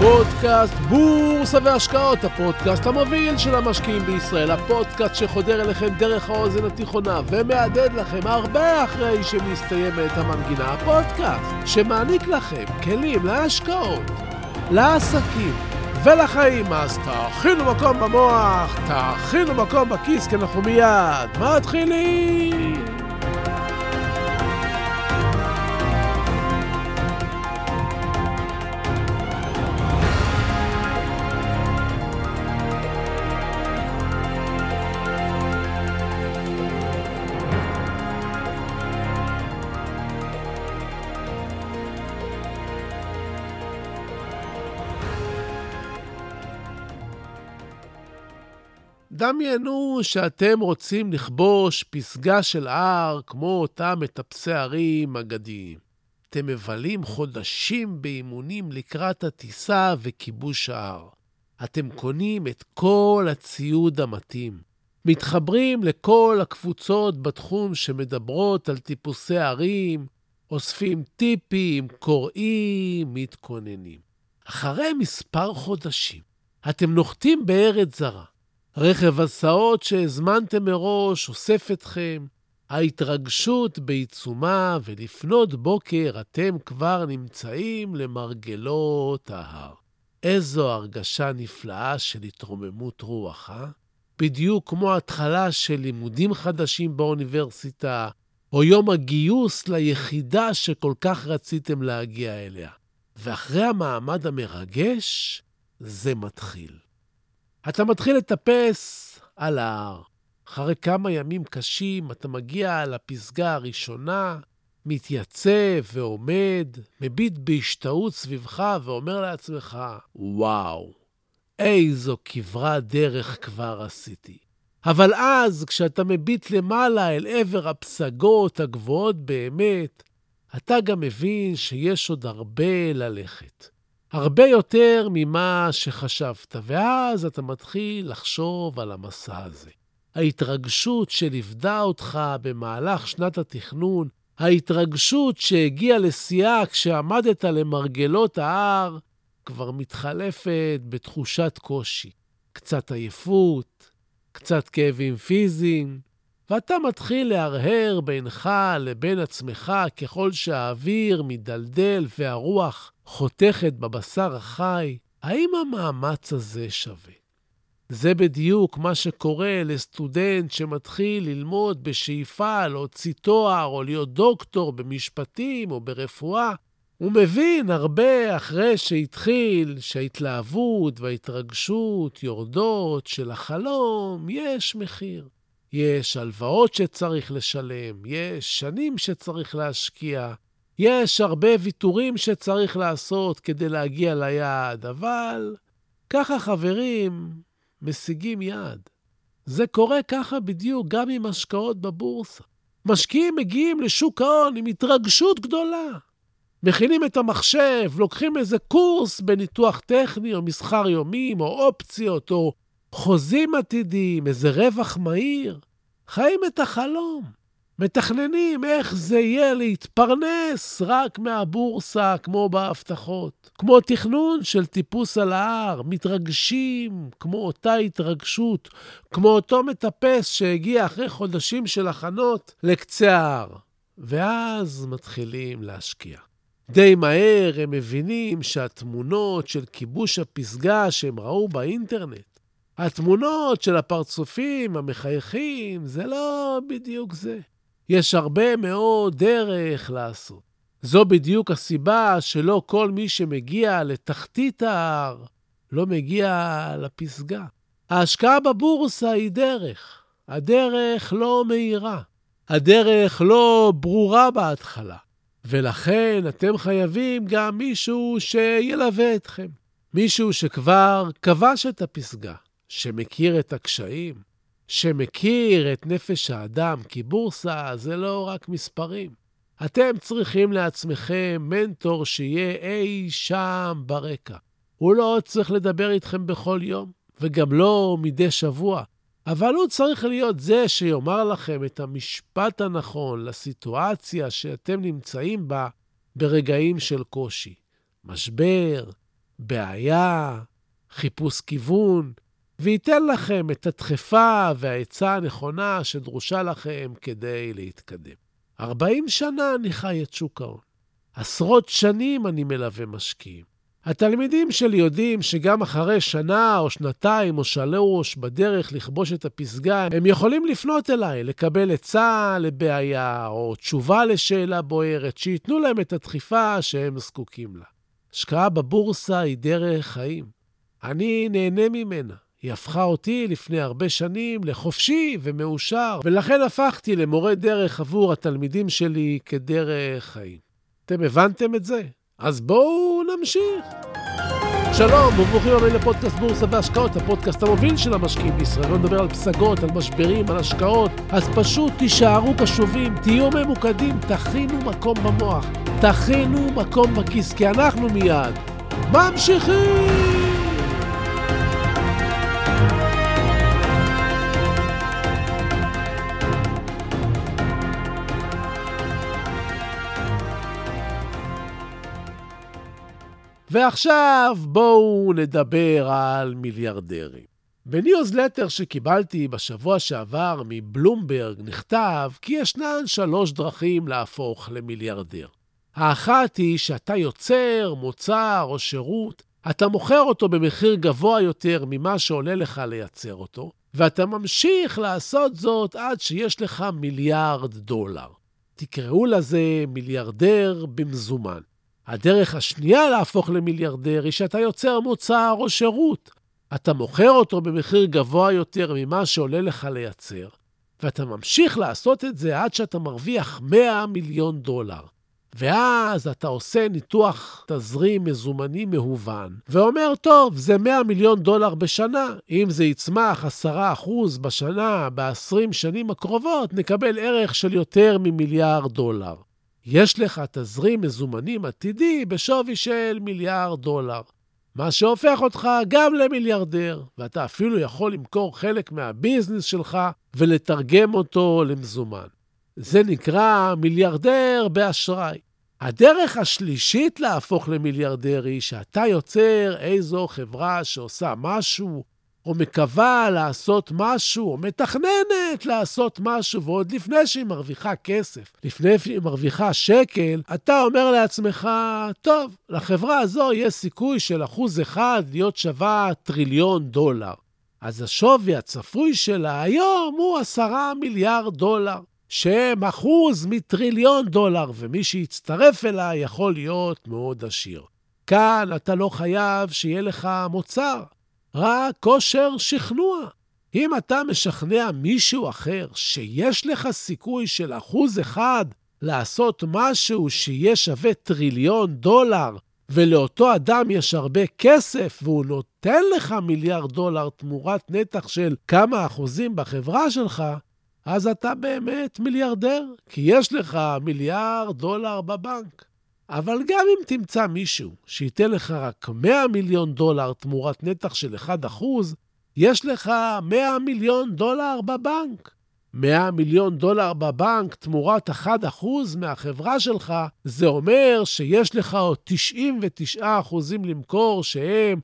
פודקאסט בורסה והשקעות, הפודקאסט המוביל של המשקיעים בישראל, הפודקאסט שחודר אליכם דרך האוזן התיכונה ומעדד לכם הרבה אחרי שמסתיימת המנגינה, הפודקאסט שמעניק לכם כלים להשקעות, לעסקים ולחיים. אז תאכינו מקום במוח, תאכינו מקום בכיס, כי אנחנו מיד מתחילים. דמיינו שאתם רוצים לכבוש פסגה של הר כמו אותם מטפסי הרים אגדיים. אתם מבלים חודשים באימונים לקראת הטיסה וכיבוש ההר. אתם קונים את כל הציוד המתאים. מתחברים לכל הקבוצות בתחום שמדברות על טיפוסי הרים, אוספים טיפים, קוראים, מתכוננים. אחרי מספר חודשים, אתם נוחתים בארץ זרה. רכב הסעות שהזמנתם מראש אוסף אתכם, ההתרגשות בעיצומה, ולפנות בוקר אתם כבר נמצאים למרגלות ההר. איזו הרגשה נפלאה של התרוממות רוח, בדיוק כמו התחלה של לימודים חדשים באוניברסיטה, או יום הגיוס ליחידה שכל כך רציתם להגיע אליה. ואחרי המעמד המרגש, זה מתחיל. אתה מתחיל לטפס על ההר. אחרי כמה ימים קשים אתה מגיע לפסגה הראשונה, מתייצב ועומד, מביט בהשתאות סביבך ואומר לעצמך, וואו, איזו כברת דרך כבר עשיתי. אבל אז כשאתה מביט למעלה אל עבר הפסגות הגבוהות באמת, אתה גם מבין שיש עוד הרבה ללכת. הרבה יותר ממה שחשבת, ואז אתה מתחיל לחשוב על המסע הזה. ההתרגשות שליוותה אותך במהלך שנת התכנון, ההתרגשות שהגיעה לשיאה כשעמדת למרגלות ההר, כבר מתחלפת בתחושת קושי, קצת עייפות, קצת כאבים פיזיים, ואתה מתחיל להרהר בינך לבין עצמך ככל שהאוויר מדלדל והרוח חותכת בבשר החי. האם המאמץ הזה שווה? זה בדיוק מה שקורה לסטודנט שמתחיל ללמוד בשאיפה להוציא תואר או להיות דוקטור במשפטים או ברפואה. הוא מבין הרבה אחרי שהתחיל שההתלהבות וההתרגשות יורדות, של החלום יש מחיר. יש הלוואות שצריך לשלם, יש שנים שצריך להשקיע, יש הרבה ויתורים שצריך לעשות כדי להגיע ליעד, אבל ככה חברים משיגים יעד. זה קורה ככה בדיוק גם עם השקעות בבורסה. משקיעים מגיעים לשוק ההון עם התרגשות גדולה. מכינים את המחשב, לוקחים איזה קורס בניתוח טכני או מסחר יומים או אופציות או חוזים עתידיים, איזה רווח מהיר. חיים את החלום. מתכננים איך זה יהיה להתפרנס רק מהבורסה כמו בהבטחות. כמו תכנון של טיפוס על ההר, מתרגשים כמו אותה התרגשות, כמו אותו מטפס שהגיע אחרי חודשים של הכנות לקצה ההר. ואז מתחילים להשקיע. די מהר הם מבינים שהתמונות של כיבוש הפסגה שהם ראו באינטרנט, התמונות של הפרצופים המחייכים, זה לא בדיוק זה. יש הרבה מאוד דרך לעשות. זו בדיוק הסיבה שלא כל מי שמגיע לתחתית ההר לא מגיע לפסגה. ההשקעה בבורסה היא דרך. הדרך לא מהירה. הדרך לא ברורה בהתחלה. ולכן אתם חייבים גם מישהו שילווה אתכם. מישהו שכבר כבש את הפסגה, שמכיר את הקשיים, שמכיר את נפש האדם, כי בורסה זה לא רק מספרים. אתם צריכים לעצמכם מנטור שיהיה אי שם ברקע. הוא לא צריך לדבר איתכם בכל יום, וגם לא מדי שבוע, אבל הוא צריך להיות זה שיאמר לכם את המשפט הנכון לסיטואציה שאתם נמצאים בה ברגעים של קושי. משבר, בעיה, חיפוש כיוון, וייתן לכם את הדחיפה והעצה הנכונה שדרושה לכם כדי להתקדם. 40 שנה אני חי את שוק ההון. עשרות שנים אני מלווה משקיעים. התלמידים שלי יודעים שגם אחרי שנה או שנתיים או 3 בדרך לכבוש את הפסגה, הם יכולים לפנות אליי, לקבל עצה לבעיה או תשובה לשאלה בוערת, שיתנו להם את הדחיפה שהם זקוקים לה. השקעה בבורסה היא דרך חיים. אני נהנה ממנה. היא הפכה אותי לפני הרבה שנים לחופשי ומאושר, ולכן הפכתי למורה דרך עבור התלמידים שלי כדרך חיים. אתם הבנתם את זה? אז בואו נמשיך. שלום וברוכים הבאים לפודקאסט בורסה והשקעות, הפודקאסט המוביל של המשקיעים בישראל. לא נדבר על פסגות, על משברים, על השקעות. אז פשוט תישארו קשובים, תהיו ממוקדים, תכינו מקום במוח, תכינו מקום בכיס, כי אנחנו מיד ממשיכים. ועכשיו בואו נדבר על מיליארדרים. בניוזלטר שקיבלתי בשבוע שעבר מבלומברג נכתב כי ישנן 3 דרכים להפוך למיליארדר. האחת היא שאתה יוצר מוצר או שירות, אתה מוכר אותו במחיר גבוה יותר ממה שעולה לך לייצר אותו, ואתה ממשיך לעשות זאת עד שיש לך $1 מיליארד. תקראו לזה מיליארדר במזומן. הדרך השנייה להפוך למיליארדר היא שאתה יוצר מוצר או שירות. אתה מוכר אותו במחיר גבוה יותר ממה שעולה לך לייצר, ואתה ממשיך לעשות את זה עד שאתה מרוויח $100 מיליון. ואז אתה עושה ניתוח תזרים מזומני מהוון, ואומר, טוב, זה $100 מיליון בשנה. אם זה יצמח 10% בשנה, ב-20 שנים הקרובות, נקבל ערך של יותר $1 מיליארד. יש לך תזרים מזומנים עתידי בשווי של $1 מיליארד, מה שהופך אותך גם למיליארדר, ואתה אפילו יכול למכור חלק מהביזנס שלך ולתרגם אותו למזומן. זה נקרא מיליארדר באשראי. הדרך השלישית להפוך למיליארדר היא שאתה יוצר איזו חברה שעושה משהו, או מקווה לעשות משהו, או מתכננת לעשות משהו, ועוד לפני שהיא מרוויחה כסף, לפני שהיא מרוויחה שקל, אתה אומר לעצמך, טוב, לחברה הזו יש סיכוי של 1% להיות שווה $1 טריליון. אז השווי הצפוי שלה היום הוא $10 מיליארד, שהם 1% מ$1 טריליון, ומי שיצטרף אליי יכול להיות מאוד עשיר. כאן אתה לא חייב שיהיה לך מוצר, רק כושר שכנוע. אם אתה משכנע מישהו אחר שיש לך סיכוי של 1% לעשות משהו שיהיה שווה $1 טריליון, ולאותו אדם יש הרבה כסף, והוא נותן לך $1 מיליארד תמורת נתח של כמה אחוזים בחברה שלך, אז אתה באמת מיליארדר, כי יש לך $1 מיליארד בבנק. אבל גם אם תמצא מישהו שייתן לך רק $100 מיליון תמורת נתח של 1%, יש לך $100 מיליון בבנק. $100 מיליון בבנק תמורת 1% מהחברה שלך, זה אומר שיש לך עוד 99% למכור, שהם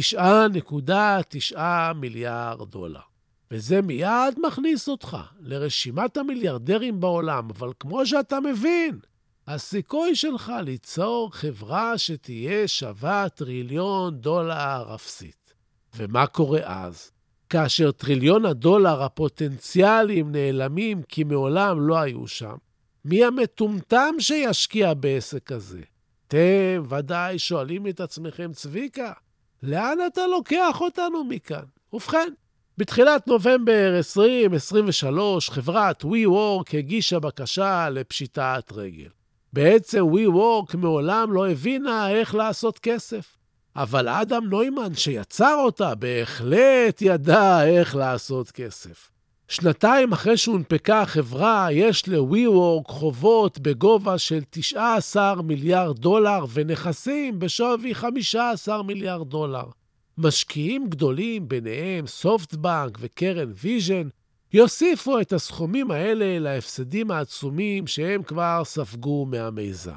$9.9 מיליארד. וזה מיד מכניס אותך לרשימת המיליארדרים בעולם, אבל כמו שאתה מבין, הסיכוי שלך ליצור חברה שתהיה שווה $1 טריליון אפסית. ומה קורה אז? כאשר $1 טריליון הפוטנציאליים נעלמים כי מעולם לא היו שם, מי המטומטם שישקיע בעסק הזה? אתם ודאי שואלים את עצמכם, צביקה, לאן אתה לוקח אותנו מכאן? ובכן, בתחילת נובמבר 2023, חברת WeWork הגישה בקשה לפשיטת רגל. בעצם WeWork מעולם לא הבינה איך לעשות כסף. אבל אדם נוימן שיצר אותה בהחלט ידע איך לעשות כסף. 2 אחרי שהונפקה החברה, יש ל-WeWork חובות בגובה של $19 מיליארד ונכסים בשווי $15 מיליארד. משקיעים גדולים, ביניהם סופטבנק וקרן ויז'ן, יוסיפו את הסכומים האלה להפסדים העצומים שהם כבר ספגו מהמיזם.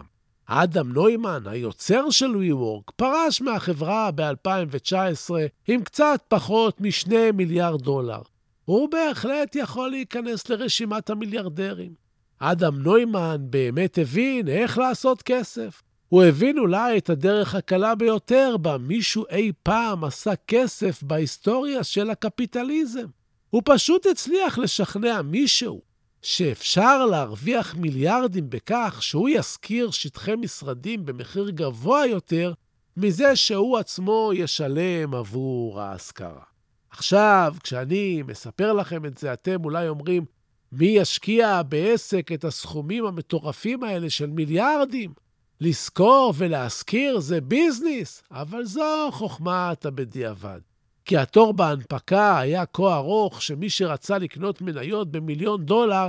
אדם נוימן, היוצר של WeWork, פרש מהחברה ב-2019 עם קצת פחות $2 מיליארד. הוא בהחלט יכול להיכנס לרשימת המיליארדרים. אדם נוימן באמת הבין איך לעשות כסף. הוא הבין אולי את הדרך הקלה ביותר בה מישהו אי פעם עשה כסף בהיסטוריה של הקפיטליזם. הוא פשוט הצליח לשכנע מישהו שאפשר להרוויח מיליארדים בכך שהוא ישכיר שטחי משרדים במחיר גבוה יותר מזה שהוא עצמו ישלם עבור ההשכרה. עכשיו, כשאני מספר לכם את זה, אתם אולי אומרים, מי ישקיע בעסק את הסכומים המטורפים האלה של מיליארדים? לזכור ולהשכיר זה ביזנס, אבל זו חוכמת הבדיעבד. כי התור בהנפקה היה כה ארוך שמי שרצה לקנות מניות $1 מיליון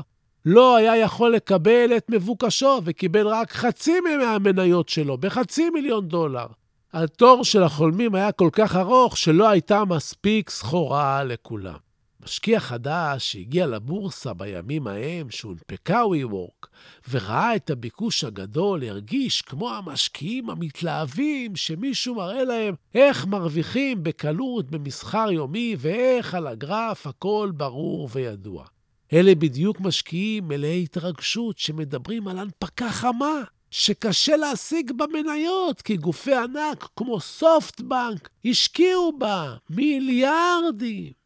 לא היה יכול לקבל את מבוקשו וקיבל רק חצי מהמניות שלו $500,000. התור של החולמים היה כל כך ארוך שלא הייתה מספיק סחורה לכולם. משקיע חדש שהגיע לבורסה בימים ההם שהונפקה WeWork וראה את הביקוש הגדול, הרגיש כמו המשקיעים המתלהבים שמישהו מראה להם איך מרוויחים בקלות במסחר יומי ואיך על הגרף הכל ברור וידוע. אלה בדיוק משקיעים מלאי התרגשות שמדברים על הנפקה חמה שקשה להשיג במניות כי גופי ענק כמו סופטבנק השקיעו בה מיליארדים.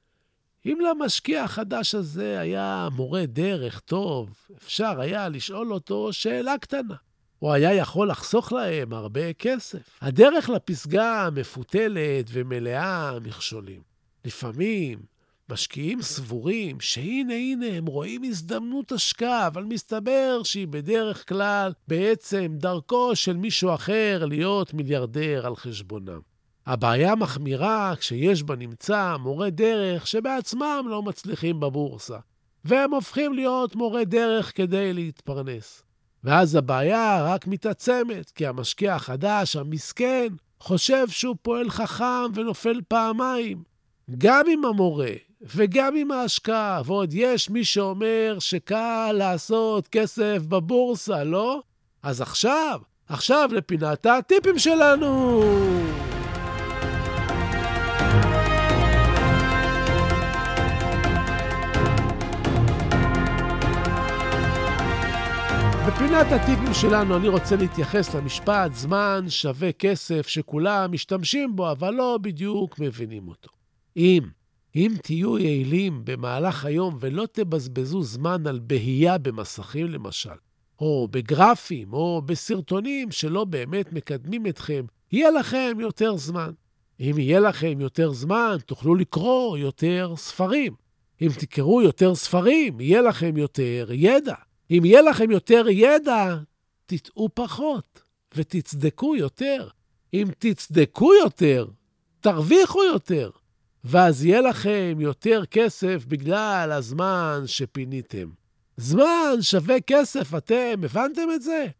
אם למשקיע החדש הזה היה מורה דרך טוב, אפשר היה לשאול אותו שאלה קטנה. הוא היה יכול לחסוך להם הרבה כסף. הדרך לפסגה מפותלת ומלאה מכשולים. לפעמים משקיעים סבורים שהנה הם רואים הזדמנות השקעה, אבל מסתבר שהיא בדרך כלל בעצם דרכו של מישהו אחר להיות מיליארדר על חשבונם. הבעיה מחמירה כשיש בנמצא מורה דרך שבעצמם לא מצליחים בבורסה, והם הופכים להיות מורה דרך כדי להתפרנס. ואז הבעיה רק מתעצמת, כי המשקיע החדש, המסכן, חושב שהוא פועל חכם ונופל פעמיים. גם עם המורה וגם עם ההשקעה, ועוד יש מי שאומר שקל לעשות כסף בבורסה, לא? אז עכשיו לפינת הטיפים שלנו. בפינת הטיפים שלנו אני רוצה להתייחס למשפט זמן שווה כסף שכולם משתמשים בו, אבל לא בדיוק מבינים אותו. אם תהיו יעילים במהלך היום ולא תבזבזו זמן על בהייה במסכים למשל, או בגרפים או בסרטונים שלא באמת מקדמים אתכם, יהיה לכם יותר זמן. אם יהיה לכם יותר זמן, תוכלו לקרוא יותר ספרים. אם תקראו יותר ספרים, יהיה לכם יותר ידע. אם יהיה לכם יותר ידע, תטעו פחות ותצדקו יותר. אם תצדקו יותר, תרוויחו יותר. ואז יהיה לכם יותר כסף בגלל הזמן שפיניתם. זמן שווה כסף, אתם הבנתם את זה?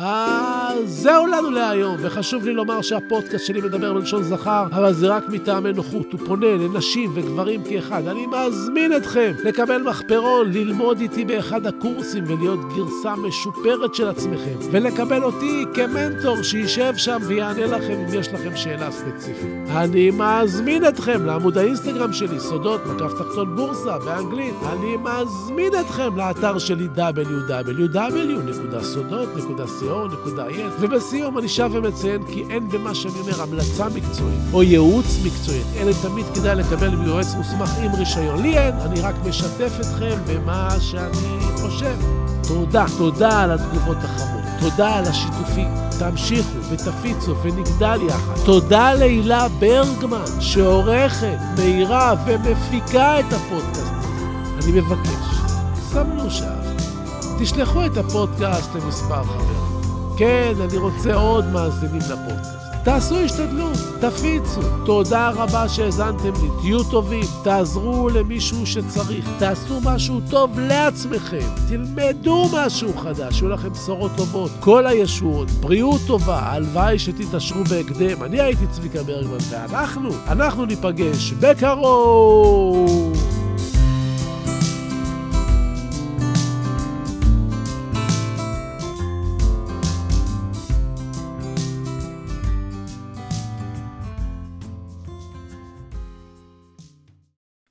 זהו לנו להיום, וחשוב לי לומר שהפודקאסט שלי מדבר בלשון זכר, אבל זה רק מטעמי נוחות, הוא פונה לנשים וגברים כאחד. אני מזמין אתכם לקבל מחפרון, ללמוד איתי באחד הקורסים ולהיות גרסה משופרת של עצמכם, ולקבל אותי כמנטור שישב שם ויענה לכם אם יש לכם שאלה ספציפית. אני מזמין אתכם לעמוד האינסטגרם שלי, סודות מקף תחתון בורסה באנגלית. אני מזמין אתכם לאתר שלי www.sodot.co.il, ובסיום אני שב ומציין כי אין במה שאני אומר המלצה מקצועית או ייעוץ מקצועית, אלא תמיד כדאי לקבל מיועץ מוסמך עם רישיון. לי אין, אני רק משתף אתכם במה שאני חושב. תודה על התגובות החמות, תודה על השיתופים, תמשיכו ותפיצו ונגדל יחד. תודה להילה ברגמן שעורכת, מהירה ומפיקה את הפודקאסט. אני מבקש, סמנו שאהבתם, תשלחו את הפודקאסט למספר חברים. כן, אני רוצה עוד מאזינים לפודקאסט. תעשו השתדלות, תפיצו. תודה רבה שהזנתם לי, תהיו טובים, תעזרו למישהו שצריך, תעשו משהו טוב לעצמכם, תלמדו משהו חדש, שיהיו לכם בשורות טובות, כל הישועות, בריאות טובה, הלוואי שתתעשרו בהקדם. אני הייתי צביקה ברגמן, ואנחנו ניפגש בקרוב.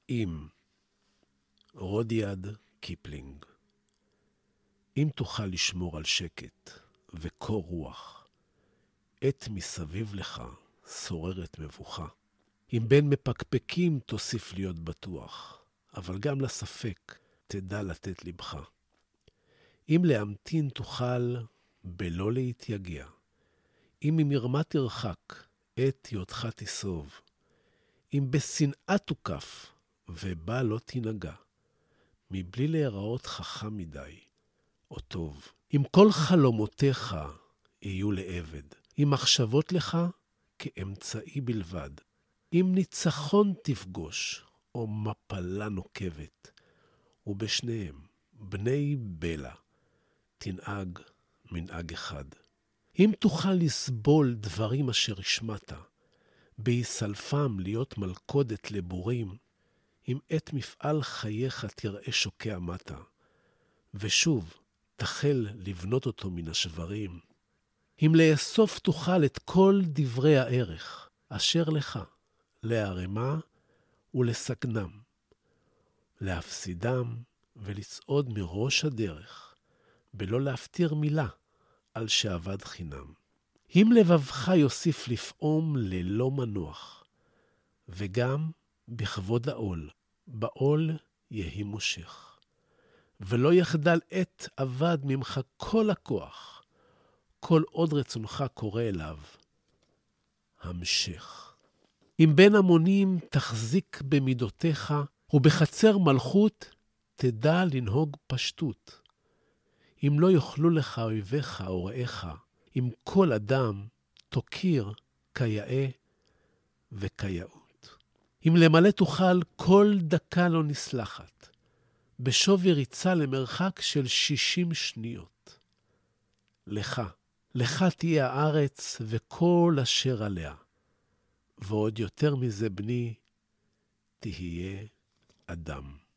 אם רודיעד קיפלינג. אם תוכל לשמור על שקט וקור רוח, עת מסביב לך שוררת מבוכה. אם בין מפקפקים תוסיף להיות בטוח, אבל גם לספק תדע לתת לבך. אם להמתין תוכל בלא להתייגע, אם ממרמה תרחק, עת היותך תסוב, אם בשנאה תוקף ובה לא תנגע, מבלי להיראות חכם מדי או טוב. אם כל חלומותיך יהיו לעבד, אם מחשבות לך כאמצעי בלבד, אם ניצחון תפגוש או מפלה נוקבת, ובשניהם בני בלה תנהג מנהג אחד. אם תוכל לסבול דברים אשר השמעת, בהיסלפם להיות מלכודת לבורים, אם עת מפעל חייך תראה שוקע מטה, ושוב תחל לבנות אותו מן השברים, אם לאסוף תוכל את כל דברי הערך אשר לך, להרמה ולסגנם, להפסידם ולצעוד מראש הדרך, בלא להפתיר מילה על שעבד חינם. אם לבבך יוסיף לפעום ללא מנוח, וגם בכבוד העול, בעול יהי מושך, ולא יחדל עת עבד ממך כל הכוח, כל עוד רצונך קורא אליו, המשך. אם בין המונים תחזיק במידותיך, ובחצר מלכות תדע לנהוג פשטות. אם לא יוכלו לך אויביך או רעיך, אם כל אדם תוקיר כיאה וכיאות. אם למלא תוכל כל דקה לא נסלחת, בשווי ריצה למרחק של 60 שניות. לך תהיה הארץ וכל אשר עליה, ועוד יותר מזה בני, תהיה אדם.